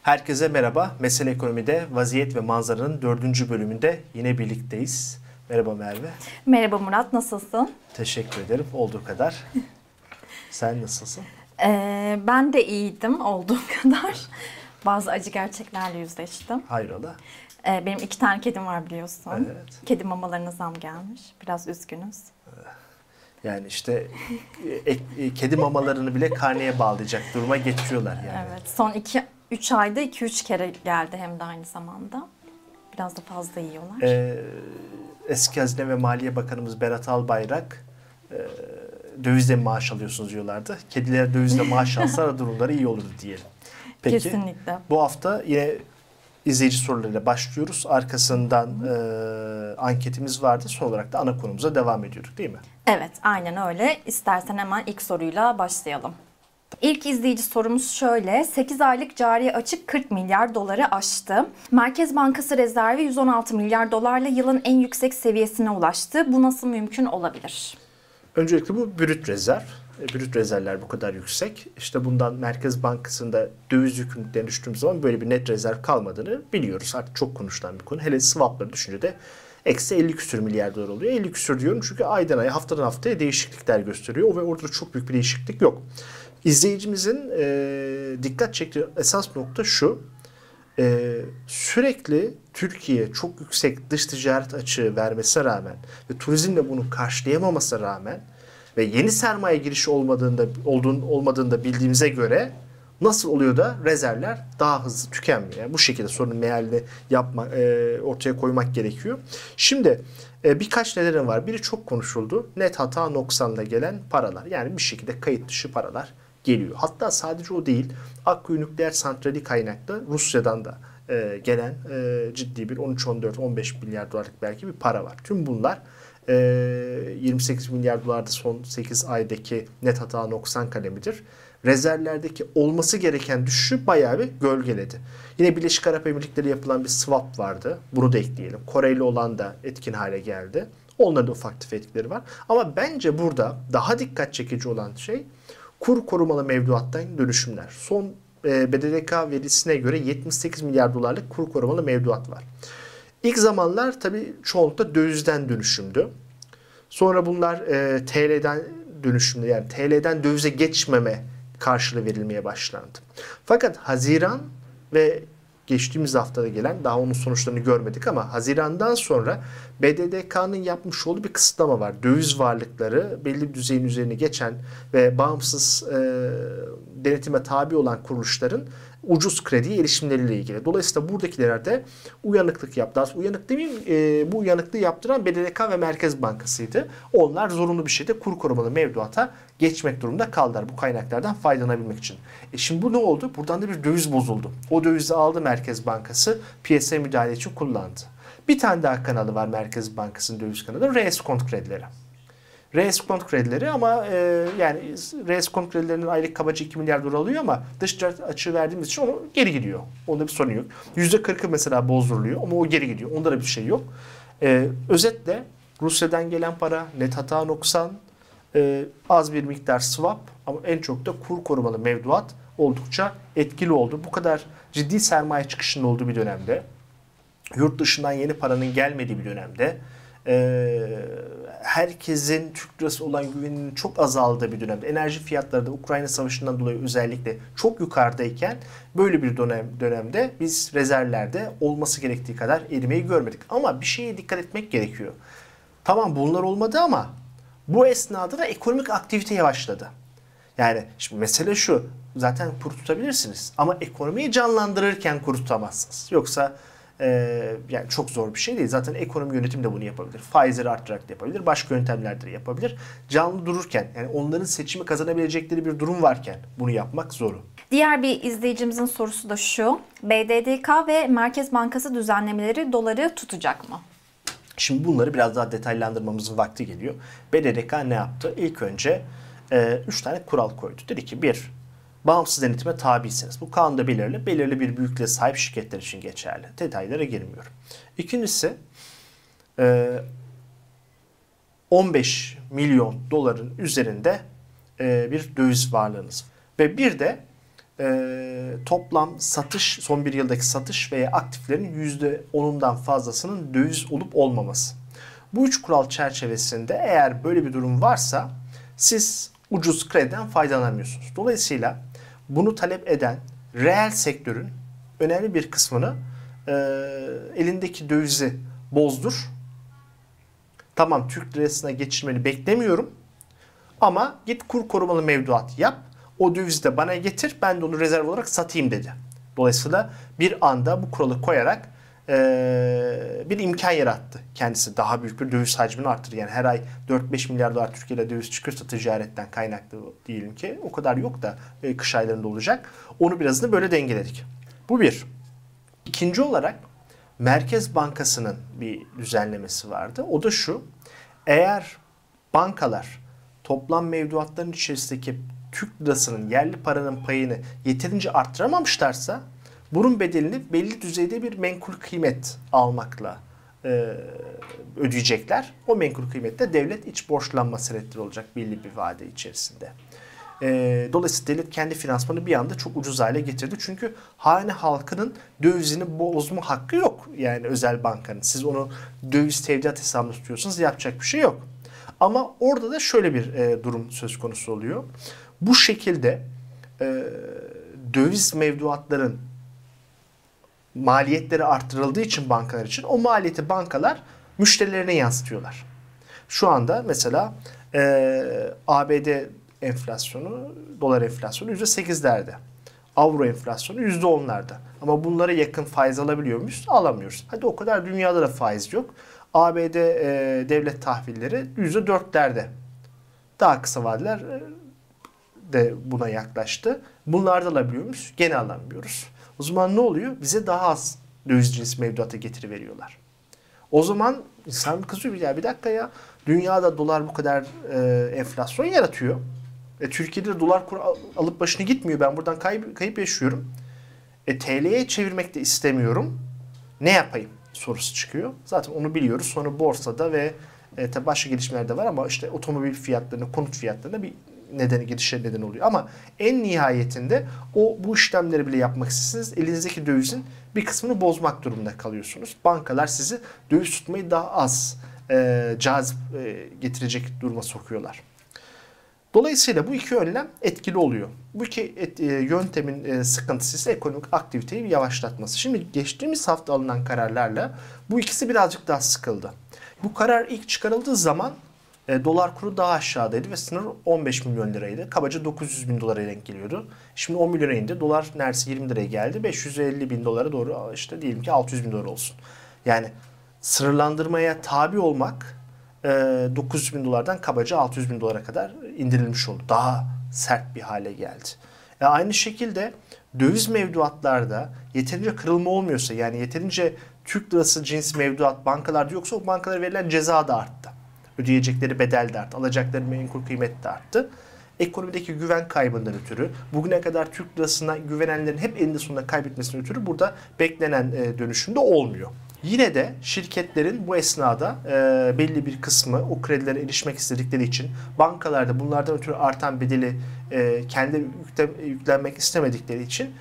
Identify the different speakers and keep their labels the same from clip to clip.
Speaker 1: Herkese merhaba. Mesele Ekonomi'de Vaziyet ve Manzaranın 4. bölümünde yine birlikteyiz. Merhaba Merve.
Speaker 2: Merhaba Murat, nasılsın?
Speaker 1: Teşekkür ederim. Olduğu kadar. Sen nasılsın?
Speaker 2: Ben de iyiydim olduğu kadar. Bazı acı gerçeklerle yüzleştim.
Speaker 1: Hayrola?
Speaker 2: Benim 2 tane kedim var biliyorsun.
Speaker 1: Evet.
Speaker 2: Kedi mamalarına zam gelmiş. Biraz üzgünüz.
Speaker 1: Yani işte kedi mamalarını bile karneye bağlayacak duruma getiriyorlar yani.
Speaker 2: Evet, son 3 ayda 2-3 kere geldi hem de aynı zamanda. Biraz da fazla yiyorlar.
Speaker 1: Eski Hazine ve Maliye Bakanımız Berat Albayrak dövizle maaş alıyorsunuz diyorlardı. Kediler dövizle maaş alsa durumları iyi olurdu diyelim. Peki,
Speaker 2: Kesinlikle.
Speaker 1: bu hafta yine izleyici sorularıyla başlıyoruz. Arkasından anketimiz vardı. Son olarak da ana konumuza devam ediyorduk değil mi?
Speaker 2: Evet, aynen öyle. İstersen hemen ilk soruyla başlayalım. İlk izleyici sorumuz şöyle. 8 aylık cari açık 40 milyar doları aştı. Merkez Bankası rezervi 116 milyar dolarla yılın en yüksek seviyesine ulaştı. Bu nasıl mümkün olabilir?
Speaker 1: Öncelikle bu brüt rezerv. Brüt rezervler bu kadar yüksek. İşte bundan Merkez Bankası'nda döviz yükümlülüklerine düştüğümüz zaman böyle bir net rezerv kalmadığını biliyoruz. Artık çok konuşulan bir konu. Hele swapları düşünce de eksi 50 küsür milyar dolar oluyor. 50 küsür diyorum çünkü aydan aya, haftadan haftaya değişiklikler gösteriyor. Ve orada çok büyük bir değişiklik yok. İzleyicimizin dikkat çektiği esas nokta şu. Sürekli Türkiye çok yüksek dış ticaret açığı vermesine rağmen ve turizmle bunu karşılayamamasına rağmen ve yeni sermaye girişi olmadığında bildiğimize göre nasıl oluyor da rezervler daha hızlı tükenmiyor? Yani bu şekilde sorunun mealini ortaya koymak gerekiyor. Şimdi birkaç nedeni var. Biri çok konuşuldu. Net hata noksanla gelen paralar. Yani bir şekilde kayıt dışı paralar geliyor. Hatta sadece o değil. Akkuyu Nükleer Santrali kaynaklı Rusya'dan da gelen ciddi bir 13-14-15 milyar dolarlık belki bir para var. Tüm bunlar 28 milyar dolarda son 8 aydaki net hata noksan kalemidir. Rezervlerdeki olması gereken düşüşü bayağı bir gölgeledi. Yine Birleşik Arap Emirlikleri yapılan bir swap vardı. Bunu da ekleyelim. Kore ile olan da etkin hale geldi. Onların da ufak tefek etkileri var. Ama bence burada daha dikkat çekici olan şey kur korumalı mevduattan dönüşümler. Son BDDK verisine göre 78 milyar dolarlık kur korumalı mevduat var. İlk zamanlar tabii çoğunlukla dövizden dönüşümdü. Sonra bunlar TL'den dönüşümdü. Yani TL'den dövize geçmeme karşılığı verilmeye başlandı. Fakat Haziran ve geçtiğimiz haftada gelen, daha onun sonuçlarını görmedik ama Haziran'dan sonra BDDK'nın yapmış olduğu bir kısıtlama var. Döviz varlıkları belli bir düzeyin üzerine geçen ve bağımsız denetime tabi olan kuruluşların ucuz krediye erişimleriyle ilgili. Dolayısıyla buradakiler de uyanıklık yaptı. Aslında uyanık demeyeyim, bu uyanıklığı yaptıran BDDK ve Merkez Bankası'ydı. Onlar zorunlu bir şekilde kur korumalı mevduata geçmek durumunda kaldılar bu kaynaklardan faydalanabilmek için. Şimdi bu ne oldu? Buradan da bir döviz bozuldu. O dövizi aldı Merkez Bankası, piyasaya müdahale için kullandı. Bir tane daha kanalı var Merkez Bankası'nın döviz kanalı, reeskont kredileri. Reeskont kredileri ama yani reeskont kredilerinin aylık kabaca 2 milyar dolar alıyor ama dış ticaret açığı verdiğimiz için onu geri gidiyor. Onda bir sorun yok. %40'ı mesela bozduruluyor ama o geri gidiyor. Onda da bir şey yok. Özetle Rusya'dan gelen para, net hata noksan, az bir miktar swap ama en çok da kur korumalı mevduat oldukça etkili oldu. Bu kadar ciddi sermaye çıkışının olduğu bir dönemde, yurt dışından yeni paranın gelmediği bir dönemde, herkesin Türk lirası olan güveninin çok azaldığı bir dönemde, enerji fiyatları da Ukrayna Savaşı'ndan dolayı özellikle çok yukarıdayken böyle bir dönemde biz rezervlerde olması gerektiği kadar erimeyi görmedik. Ama bir şeye dikkat etmek gerekiyor. Tamam bunlar olmadı ama bu esnada da ekonomik aktivite yavaşladı. Yani şimdi mesele şu, zaten kur tutabilirsiniz ama ekonomiyi canlandırırken kur tutamazsınız. Yoksa yani çok zor bir şey değil. Zaten ekonomi yönetimi de bunu yapabilir. Faizleri arttırarak da yapabilir. Başka yöntemler de yapabilir. Canlı dururken, yani onların seçimi kazanabilecekleri bir durum varken bunu yapmak zor.
Speaker 2: Diğer bir izleyicimizin sorusu da şu. BDDK ve Merkez Bankası düzenlemeleri doları tutacak mı?
Speaker 1: Şimdi bunları biraz daha detaylandırmamızın vakti geliyor. BDDK ne yaptı? İlk önce 3 tane kural koydu. Dedi ki 1. Bağımsız denetime tabisiniz. Bu kanunda belirli bir büyüklüğe sahip şirketler için geçerli. Detaylara girmiyorum. İkincisi 15 milyon doların üzerinde bir döviz varlığınız. Ve bir de toplam satış, son bir yıldaki satış veya aktiflerin %10'undan fazlasının döviz olup olmaması. Bu 3 kural çerçevesinde eğer böyle bir durum varsa siz ucuz krediden faydalanamıyorsunuz. Dolayısıyla bunu talep eden reel sektörün önemli bir kısmını elindeki dövizi bozdur. Tamam, Türk lirasına geçirmeni beklemiyorum ama git kur korumalı mevduat yap. O dövizi de bana getir, ben de onu rezerv olarak satayım dedi. Dolayısıyla bir anda bu kuralı koyarak bir imkan yarattı. Kendisi daha büyük bir döviz hacmini arttırdı. Yani her ay 4-5 milyar dolar Türkiye'de döviz çıkıyorsa ticaretten kaynaklı diyelim ki o kadar yok da kış aylarında olacak. Onu birazını böyle dengeledik. Bu bir. İkinci olarak Merkez Bankası'nın bir düzenlemesi vardı. O da şu: eğer bankalar toplam mevduatların içerisindeki Türk lirasının, yerli paranın payını yeterince arttıramamışlarsa bunun bedelini belli düzeyde bir menkul kıymet almakla ödeyecekler. O menkul kıymette devlet iç borçlanma senetleri olacak belli bir vade içerisinde. Dolayısıyla devlet kendi finansmanı bir anda çok ucuz hale getirdi. Çünkü hane halkının dövizini bozma hakkı yok. Yani özel bankanın. Siz onu döviz tevdiat hesabında tutuyorsanız yapacak bir şey yok. Ama orada da şöyle bir durum söz konusu oluyor. Bu şekilde döviz mevduatların maliyetleri arttırıldığı için bankalar için o maliyeti bankalar müşterilerine yansıtıyorlar. Şu anda mesela ABD enflasyonu, dolar enflasyonu %8'lerde. Avro enflasyonu %10'larda. Ama bunlara yakın faiz alabiliyor muyuz? Alamıyoruz. Hadi o kadar dünyada da faiz yok. ABD devlet tahvilleri %4'lerde. Daha kısa vadeler de buna yaklaştı. Bunlarda alabiliyor muyuz? Gene alamıyoruz. O zaman ne oluyor? Bize daha az döviz cinsi mevduata getiriveriyorlar. O zaman insan kızıyor, ya bir dakika ya, dünyada dolar bu kadar enflasyon yaratıyor. Türkiye'de de dolar kuru alıp başını gitmiyor. Ben buradan kayıp yaşıyorum. TL'ye çevirmek de istemiyorum. Ne yapayım sorusu çıkıyor. Zaten onu biliyoruz. Sonra borsada ve tabii başka gelişmeler de var ama işte otomobil fiyatlarına, konut fiyatlarına bir gidişe neden oluyor. Ama en nihayetinde bu işlemleri bile yapmak isterseniz elinizdeki dövizin bir kısmını bozmak durumunda kalıyorsunuz. Bankalar sizi döviz tutmayı daha az cazip getirecek duruma sokuyorlar. Dolayısıyla bu iki önlem etkili oluyor. Bu iki yöntemin sıkıntısı ise ekonomik aktiviteyi yavaşlatması. Şimdi geçtiğimiz hafta alınan kararlarla bu ikisi birazcık daha sıkıldı. Bu karar ilk çıkarıldığı zaman dolar kuru daha aşağıdaydı ve sınır 15 milyon liraydı. Kabaca 900 bin dolara denk geliyordu. Şimdi 10 milyona indi. Dolar neredeyse 20 liraya geldi. 550 bin dolara doğru, işte diyelim ki 600 bin dolar olsun. Yani sınırlandırmaya tabi olmak 900 bin dolardan kabaca 600 bin dolara kadar indirilmiş oldu. Daha sert bir hale geldi. Aynı şekilde döviz mevduatlarda yeterince kırılma olmuyorsa, yani yeterince Türk lirası cinsi mevduat bankalarda yoksa o bankalara verilen ceza da arttı. Ödeyecekleri bedel de arttı. Alacakları menkul kıymet de arttı. Ekonomideki güven kaybından ötürü, bugüne kadar Türk lirasına güvenenlerin hep eninde sonunda kaybetmesinden ötürü burada beklenen dönüşümde olmuyor. Yine de şirketlerin bu esnada belli bir kısmı o kredilere erişmek istedikleri için bankalarda bunlardan ötürü artan bedeli kendi yüklenmek istemedikleri için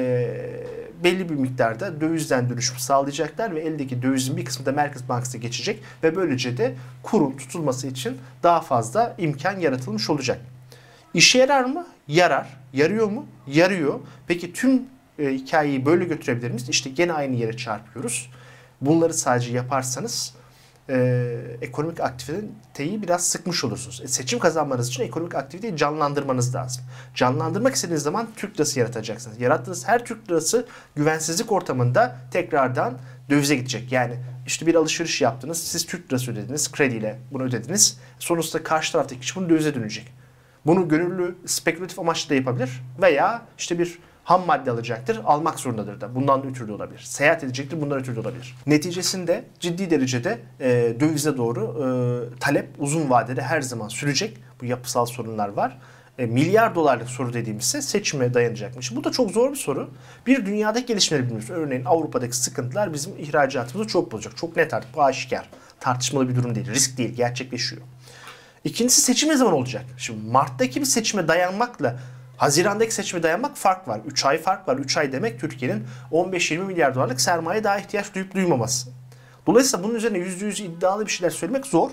Speaker 1: belli bir miktarda dövizden dönüşüm sağlayacaklar ve eldeki dövizin bir kısmı da Merkez Bankası'na geçecek ve böylece de kurun tutulması için daha fazla imkan yaratılmış olacak. İşe yarar mı? Yarar. Yarıyor mu? Yarıyor. Peki tüm hikayeyi böyle götürebilir miyiz? İşte gene aynı yere çarpıyoruz. Bunları sadece yaparsanız ekonomik aktiviteyi biraz sıkmış olursunuz. Seçim kazanmanız için ekonomik aktiviteyi canlandırmanız lazım. Canlandırmak istediğiniz zaman Türk lirası yaratacaksınız. Yarattığınız her Türk lirası güvensizlik ortamında tekrardan dövize gidecek. Yani işte bir alışveriş yaptınız, siz Türk lirası ödediniz, krediyle bunu ödediniz. Sonrasında karşı taraftaki kişi bunu dövize dönecek. Bunu gönüllü, spekülatif amaçlı da yapabilir veya işte bir ham madde alacaktır, almak zorundadır da. Bundan ötürü de olabilir. Seyahat edecektir, bundan ötürü de olabilir. Neticesinde ciddi derecede dövize doğru talep uzun vadede her zaman sürecek. Bu yapısal sorunlar var. Milyar dolarlık soru dediğimizse seçime dayanacakmış. Bu da çok zor bir soru. Bir, dünyadaki gelişmeleri bilmiyoruz. Örneğin Avrupa'daki sıkıntılar bizim ihracatımızı çok bozacak. Çok net artık, bu aşikar. Tartışmalı bir durum değil, risk değil, gerçekleşiyor. İkincisi, seçim ne zaman olacak? Şimdi Mart'taki bir seçime dayanmakla Hazirandaki seçime dayanmak fark var. 3 ay fark var. 3 ay demek Türkiye'nin 15-20 milyar dolarlık sermaye daha ihtiyaç duyup duymaması. Dolayısıyla bunun üzerine %100 iddialı bir şeyler söylemek zor.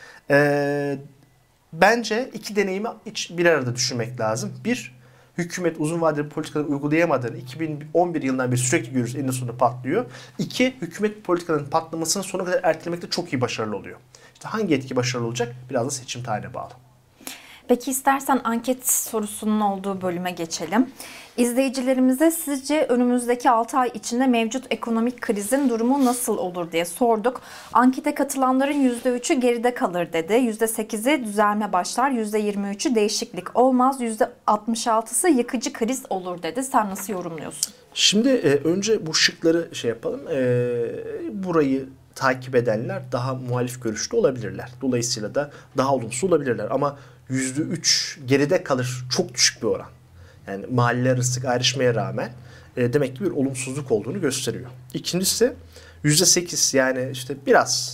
Speaker 1: Bence iki deneyimi bir arada düşünmek lazım. Bir, hükümet uzun vadeli politikaları uygulayamadığını 2011 yılından beri sürekli görüyoruz, eninde sonunda patlıyor. İki, hükümet politikalarının patlamasını sonuna kadar ertelemekte çok iyi başarılı oluyor. İşte hangi etki başarılı olacak biraz da seçim tarihine bağlı.
Speaker 2: Peki istersen anket sorusunun olduğu bölüme geçelim. İzleyicilerimize sizce önümüzdeki 6 ay içinde mevcut ekonomik krizin durumu nasıl olur diye sorduk. Ankete katılanların %3'ü geride kalır dedi. %8'i düzelme başlar, %23'ü değişiklik olmaz, %66'sı yıkıcı kriz olur dedi. Sen nasıl yorumluyorsun?
Speaker 1: Şimdi önce bu şıkları yapalım. Burayı takip edenler daha muhalif görüşlü olabilirler. Dolayısıyla da daha olumsuz olabilirler. Ama %3 geride kalır çok düşük bir oran. Yani mahalleler arası ayrışmaya rağmen demek ki bir olumsuzluk olduğunu gösteriyor. İkincisi %8 yani işte biraz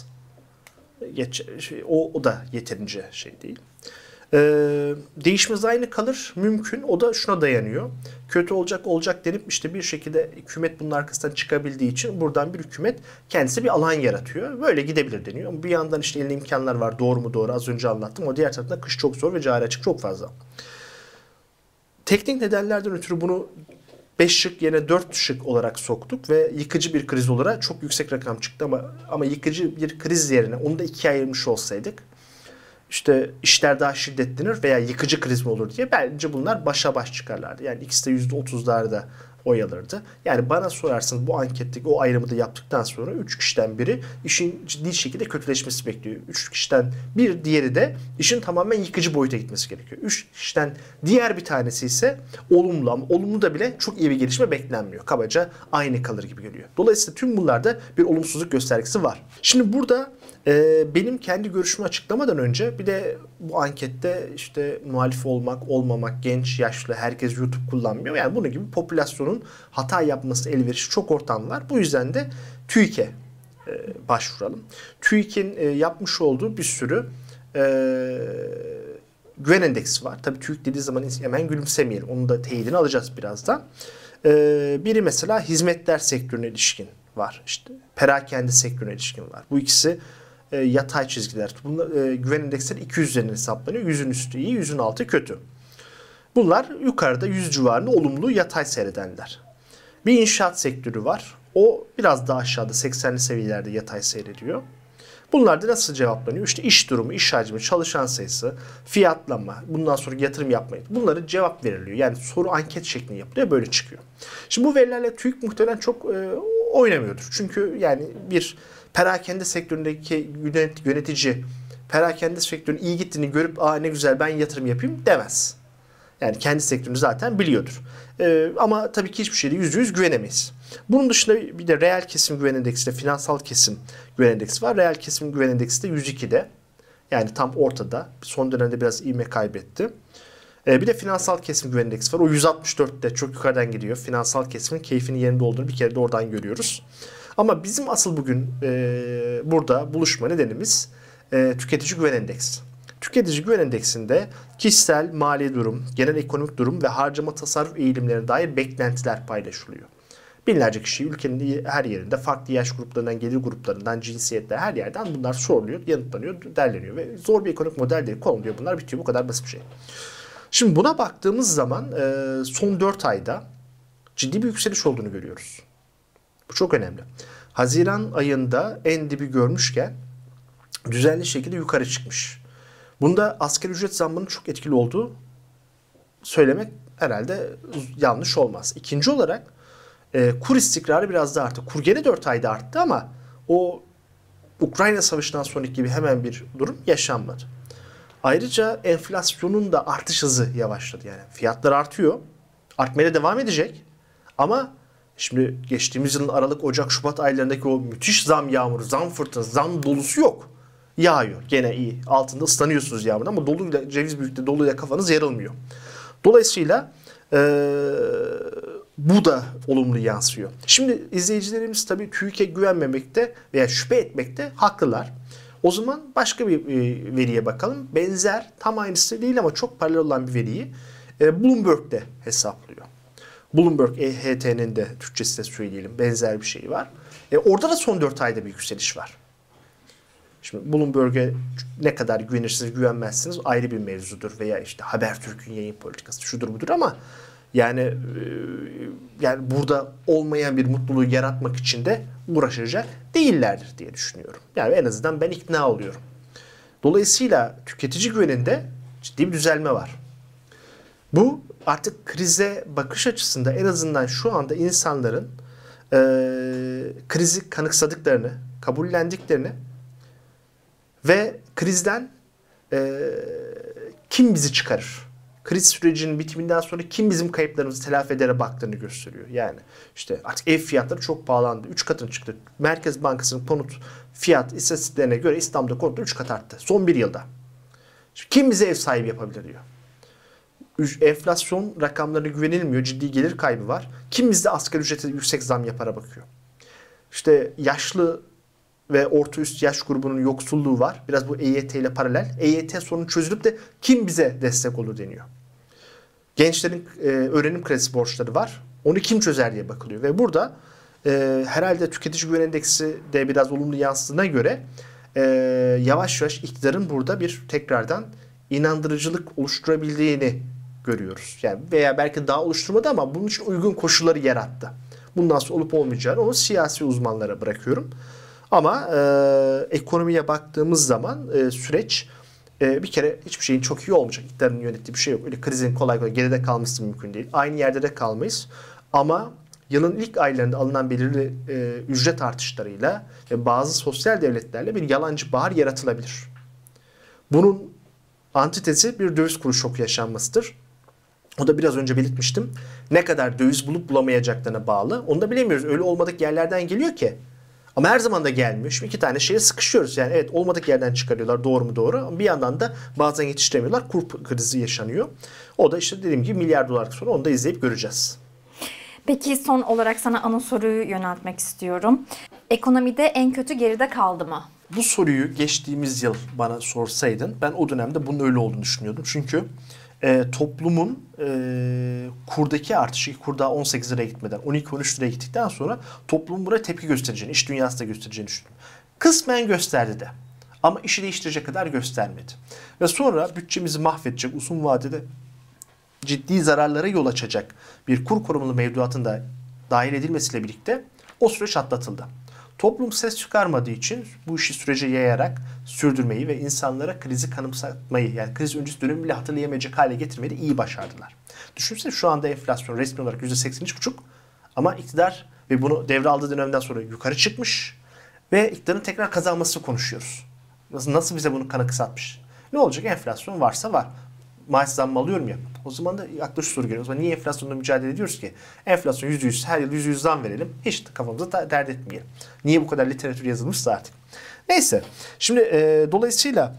Speaker 1: o da yeterince değil. Değişmez aynı kalır mümkün. O da şuna dayanıyor. Kötü olacak denip işte bir şekilde hükümet bunun arkasından çıkabildiği için buradan bir hükümet kendisi bir alan yaratıyor. Böyle gidebilir deniyor. Ama bir yandan işte elinde imkanlar var. Doğru mu doğru az önce anlattım. O diğer taraftan kış çok zor ve cari açık çok fazla. Teknik nedenlerden ötürü bunu 5 şık yerine 4 şık olarak soktuk ve yıkıcı bir kriz olarak çok yüksek rakam çıktı ama yıkıcı bir kriz yerine onu da ikiye ayırmış olsaydık işte işler daha şiddetlenir veya yıkıcı kriz mi olur diye bence bunlar başa baş çıkarlardı. Yani ikisi de %30'larda oy alırdı. Yani bana sorarsanız bu anketteki o ayrımı da yaptıktan sonra 3 kişiden biri işin ciddi şekilde kötüleşmesi bekliyor. 3 kişiden bir diğeri de işin tamamen yıkıcı boyuta gitmesi gerekiyor. 3 kişiden diğer bir tanesi ise olumlu ama olumlu da bile çok iyi bir gelişme beklenmiyor. Kabaca aynı kalır gibi geliyor. Dolayısıyla tüm bunlarda bir olumsuzluk göstergesi var. Şimdi burada benim kendi görüşümü açıklamadan önce bir de bu ankette işte muhalif olmak, olmamak, genç, yaşlı, herkes YouTube kullanmıyor. Yani bunun gibi popülasyonun hata yapması elverişi çok ortam var. Bu yüzden de TÜİK'e başvuralım. TÜİK'in yapmış olduğu bir sürü güven endeksi var. Tabii TÜİK dediği zaman hemen gülümsemeyelim. Onun da teyidini alacağız birazdan. Biri mesela hizmetler sektörüne ilişkin var. İşte perakende sektörüne ilişkin var. Bu ikisi yatay çizgiler. Bunlar, güven endeksleri 200 üzerinden hesaplanıyor. 100'ün üstü iyi, 100'ün altı kötü. Bunlar yukarıda 100 civarında olumlu yatay seyredenler. Bir inşaat sektörü var. O biraz daha aşağıda 80'li seviyelerde yatay seyrediyor. Bunlar da nasıl cevaplanıyor? İşte iş durumu, iş hacmi, çalışan sayısı, fiyatlama, bundan sonra yatırım yapmayı. Bunlara cevap veriliyor. Yani soru anket şeklinde yapılıyor. Böyle çıkıyor. Şimdi bu verilerle TÜİK muhtemelen çok oynamıyordur. Çünkü yani bir perakende sektöründeki yönetici perakende sektörünün iyi gittiğini görüp ne güzel ben yatırım yapayım demez. Yani kendi sektörünü zaten biliyordur. Ama tabii ki hiçbir şeyde %100 güvenemeyiz. Bunun dışında bir de reel kesim güven endeksi ile finansal kesim güven endeksi var. Reel kesim güven endeksi de 102'de. Yani tam ortada. Son dönemde biraz ivme kaybetti. Bir de finansal kesim güven endeksi var. O 164'te çok yukarıdan gidiyor. Finansal kesimin keyfinin yerinde olduğunu bir kere de oradan görüyoruz. Ama bizim asıl bugün burada buluşma nedenimiz tüketici güven endeksi. Tüketici güven endeksinde kişisel mali durum, genel ekonomik durum ve harcama tasarruf eğilimlerine dair beklentiler paylaşılıyor. Binlerce kişi ülkenin her yerinde farklı yaş gruplarından, gelir gruplarından, cinsiyetler her yerden bunlar soruluyor, yanıtlanıyor, derleniyor ve zor bir ekonomik modelleri konuluyor. Bunlar bitiyor. Bu kadar basit bir şey. Şimdi buna baktığımız zaman son 4 ayda ciddi bir yükseliş olduğunu görüyoruz. Bu çok önemli. Haziran ayında en dibi görmüşken düzenli şekilde yukarı çıkmış. Bunda asgari ücret zammının çok etkili olduğu söylemek herhalde yanlış olmaz. İkinci olarak kur istikrarı biraz da arttı. Kur gene 4 ayda arttı ama o Ukrayna Savaşı'ndan sonraki gibi hemen bir durum yaşanmadı. Ayrıca enflasyonun da artış hızı yavaşladı. Yani fiyatlar artıyor. Artmaya devam edecek. Ama şimdi geçtiğimiz yılın Aralık, Ocak, Şubat aylarındaki o müthiş zam yağmuru, zam fırtınası, zam dolusu yok. Yağıyor. Gene iyi. Altında ıslanıyorsunuz yağmurdan ama doluyla, ceviz büyüklüğünde doluyla kafanız yarılmıyor. Dolayısıyla bu da olumlu yansıyor. Şimdi izleyicilerimiz tabii TÜİK'e güvenmemekte veya şüphe etmekte haklılar. O zaman başka bir veriye bakalım. Benzer, tam aynısı değil ama çok paralel olan bir veriyi Bloomberg'de hesaplıyor. Bloomberg EHT'nin de Türkçesi de söyleyelim benzer bir şey var. Orada da son 4 ayda bir yükseliş var. Şimdi Bloomberg'e ne kadar güvenirsiniz güvenmezsiniz ayrı bir mevzudur veya işte Habertürk'ün yayın politikası şudur budur ama yani burada olmayan bir mutluluğu yaratmak için de uğraşacak değillerdir diye düşünüyorum. Yani en azından ben ikna oluyorum. Dolayısıyla tüketici güveninde ciddi bir düzelme var. Bu artık krize bakış açısında en azından şu anda insanların krizi kanıksadıklarını, kabullendiklerini ve krizden kim bizi çıkarır? Kriz sürecinin bitiminden sonra kim bizim kayıplarımızı telafi edere baktığını gösteriyor. Yani işte artık ev fiyatları çok pahalandı. 3 katına çıktı. Merkez Bankası'nın konut fiyat istatistiklerine göre İstanbul'da konutlar 3 kat arttı. Son bir yılda. Şimdi kim bize ev sahibi yapabilir diyor. Enflasyon rakamlarına güvenilmiyor. Ciddi gelir kaybı var. Kim bizde asgari ücrete yüksek zam yapara bakıyor. İşte yaşlı ve orta üst yaş grubunun yoksulluğu var. Biraz bu EYT ile paralel. EYT sorunu çözülüp de kim bize destek olur deniyor. Gençlerin öğrenim kredisi borçları var. Onu kim çözer diye bakılıyor. Ve burada herhalde tüketici güven endeksi de biraz olumlu yansıdığına göre yavaş yavaş iktidarın burada bir tekrardan inandırıcılık oluşturabildiğini görüyoruz. Yani veya belki daha oluşturmadı ama bunun için uygun koşulları yarattı. Bundan sonra olup olmayacağını onu siyasi uzmanlara bırakıyorum. Ama ekonomiye baktığımız zaman süreç bir kere hiçbir şeyin çok iyi olmayacak. İktidarın yönettiği bir şey yok. Öyle krizin kolay kolay geride kalması mümkün değil. Aynı yerde de kalmayız. Ama yılın ilk aylarında alınan belirli ücret artışlarıyla ve bazı sosyal devletlerle bir yalancı bahar yaratılabilir. Bunun antitezi bir döviz kuru şoku yaşanmasıdır. O da biraz önce belirtmiştim. Ne kadar döviz bulup bulamayacaklarına bağlı. Onu da bilemiyoruz. Öyle olmadık yerlerden geliyor ki. Ama her zaman da gelmiyor. Şimdi iki tane şeye sıkışıyoruz. Yani evet olmadık yerden çıkarıyorlar. Doğru mu doğru. Ama bir yandan da bazen yetiştiremiyorlar. Kur krizi yaşanıyor. O da işte dediğim gibi milyar dolarlık sonra onu da izleyip göreceğiz.
Speaker 2: Peki son olarak sana ana soruyu yöneltmek istiyorum. Ekonomide en kötü geride kaldı mı?
Speaker 1: Bu soruyu geçtiğimiz yıl bana sorsaydın ben o dönemde bunun öyle olduğunu düşünüyordum. Çünkü toplumun kurdaki artışı, kur daha 18 liraya gitmeden 12-13 liraya gittikten sonra toplumun buraya tepki göstereceğini, iş dünyası da göstereceğini düşündüm. Kısmen gösterdi de ama işi değiştirecek kadar göstermedi. Ve sonra bütçemizi mahvedecek, uzun vadede ciddi zararlara yol açacak bir kur korumalı mevduatın da dahil edilmesiyle birlikte o süreç atlatıldı. Toplum ses çıkarmadığı için bu işi sürece yayarak sürdürmeyi ve insanlara krizi kanımsatmayı yani kriz öncesi dönemi bile hatırlayamayacak hale getirmeyi de iyi başardılar. Düşünsene şu anda enflasyon resmi olarak %83,5 ama iktidar ve bunu devraldığı dönemden sonra yukarı çıkmış ve iktidarın tekrar kazanmasını konuşuyoruz. Nasıl bize bunu kanı kısatmış? Ne olacak? Enflasyon varsa var. Maaş zammı alıyorum ya. O zaman da yaklaşık soru geliyor. O zaman niye enflasyonla mücadele ediyoruz ki? Enflasyon %100 her yıl %100 zam verelim. Hiç kafamıza dert etmeyelim. Niye bu kadar literatür yazılmışsa artık. Neyse. Şimdi dolayısıyla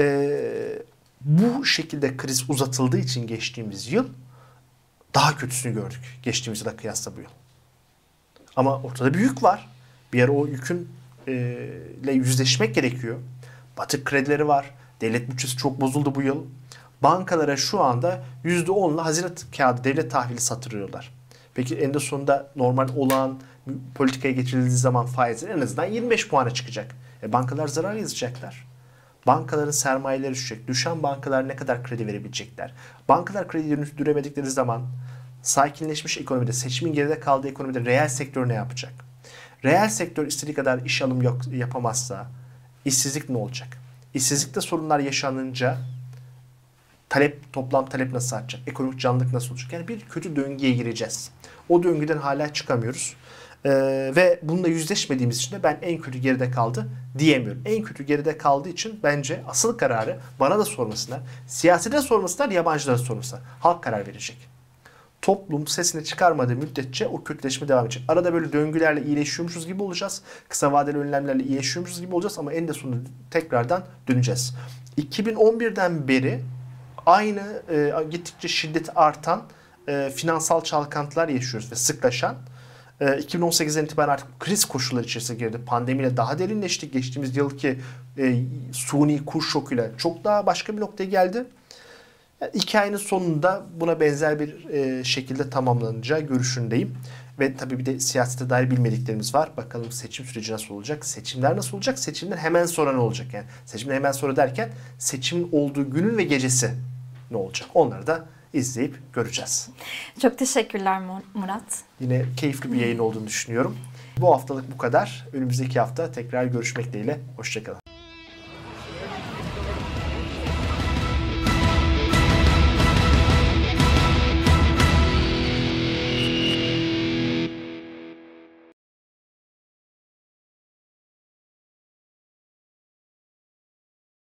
Speaker 1: bu şekilde kriz uzatıldığı için geçtiğimiz yıl daha kötüsünü gördük. Geçtiğimiz yıla kıyasla bu yıl. Ama ortada bir yük var. Bir yer o yükün ile yüzleşmek gerekiyor. Batık kredileri var. Devlet bütçesi çok bozuldu bu yıl. Bankalara şu anda %10'la hazinet kağıdı devlet tahvili satırıyorlar. Peki en de sonunda normal olan politikaya geçirildiği zaman faizler en azından 25 puana çıkacak. Bankalar zarar yazacaklar. Bankaların sermayeleri düşecek. Düşen bankalar ne kadar kredi verebilecekler? Bankalar kredilerini düremedikleri zaman sakinleşmiş ekonomide, seçimin geride kaldığı ekonomide reel sektör ne yapacak? Reel sektör istediği kadar iş alım yapamazsa işsizlik ne olacak? İşsizlikte sorunlar yaşanınca toplam talep nasıl artacak? Ekonomik canlılık nasıl olacak? Yani bir kötü döngüye gireceğiz. O döngüden hala çıkamıyoruz. Ve bununla yüzleşmediğimiz için de ben en kötü geride kaldı diyemiyorum. En kötü geride kaldığı için bence asıl kararı bana da sormasınlar. Siyasete sormasınlar, yabancılara sormasınlar. Halk karar verecek. Toplum sesini çıkarmadığı müddetçe o kötüleşme devam edecek. Arada böyle döngülerle iyileşiyormuşuz gibi olacağız. Kısa vadeli önlemlerle iyileşiyormuşuz gibi olacağız ama en de sonunda tekrardan döneceğiz. 2011'den beri aynı gittikçe şiddeti artan finansal çalkantılar yaşıyoruz ve sıklaşan. 2018'den itibaren artık kriz koşulları içerisine girdi. Pandemiyle daha derinleşti. Geçtiğimiz yılki suni kur şokuyla çok daha başka bir noktaya geldi. Hikayenin sonunda buna benzer bir şekilde tamamlanacağı görüşündeyim. Ve tabii bir de siyasete dair bilmediklerimiz var. Bakalım seçim süreci nasıl olacak? Seçimler nasıl olacak? Seçimden hemen sonra ne olacak? Yani seçimden hemen sonra derken seçimin olduğu günün ve gecesi ne olacak? Onları da izleyip göreceğiz.
Speaker 2: Çok teşekkürler Murat.
Speaker 1: Yine keyifli bir yayın olduğunu düşünüyorum. Bu haftalık bu kadar. Önümüzdeki hafta tekrar görüşmek dileğiyle. Hoşçakalın.